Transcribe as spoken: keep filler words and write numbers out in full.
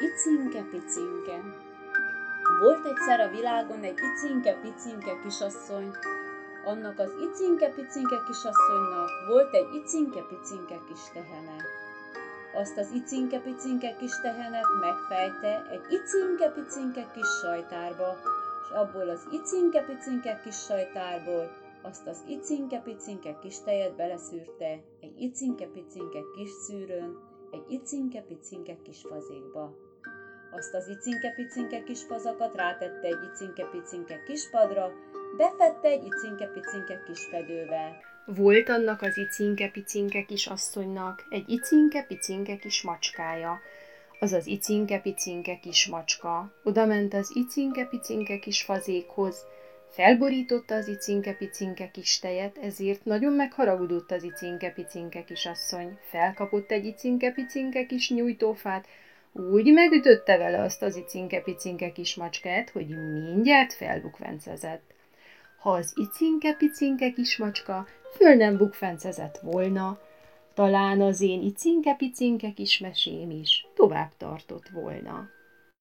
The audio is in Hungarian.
Icinke-picinke. Volt egyszer a világon egy icinke-picinke kisasszony. Annak az icinke-picinke kisasszonynak volt egy icinke-picinke kis tehene. Azt az icinke-picinke kis tehenet megfejte egy icinke-picinke kis sajtárba, és abból az icinke-picinke kis sajtárból azt az icinke-picinke kis tejet beleszűrte egy icinke-picinke kis szűrőn, egy icinke-picinke kis fazékba. Azt az icinke-picinke kis fazakat rátette egy icinke-picinke kis padra, befedte egy icinke-picinke kis fedővel. Volt annak az icinke-picinke kis asszonynak egy icinke-picinke kis macskája. Az az icinke-picinke kis macska odament az icinke-picinke kis fazékhoz, felborította az icinke-picinke kis tejet, ezért nagyon megharagudott az icinke-picinke kis asszony. Felkapott egy icinke-picinke kis nyújtófát, úgy megütötte vele azt az icinke-picinke kis macskát, hogy mindjárt felbukfencezett. Ha az icinke-picinke kis macska föl nem bukfencezett volna, talán az én icinke-picinke kis mesém is tovább tartott volna.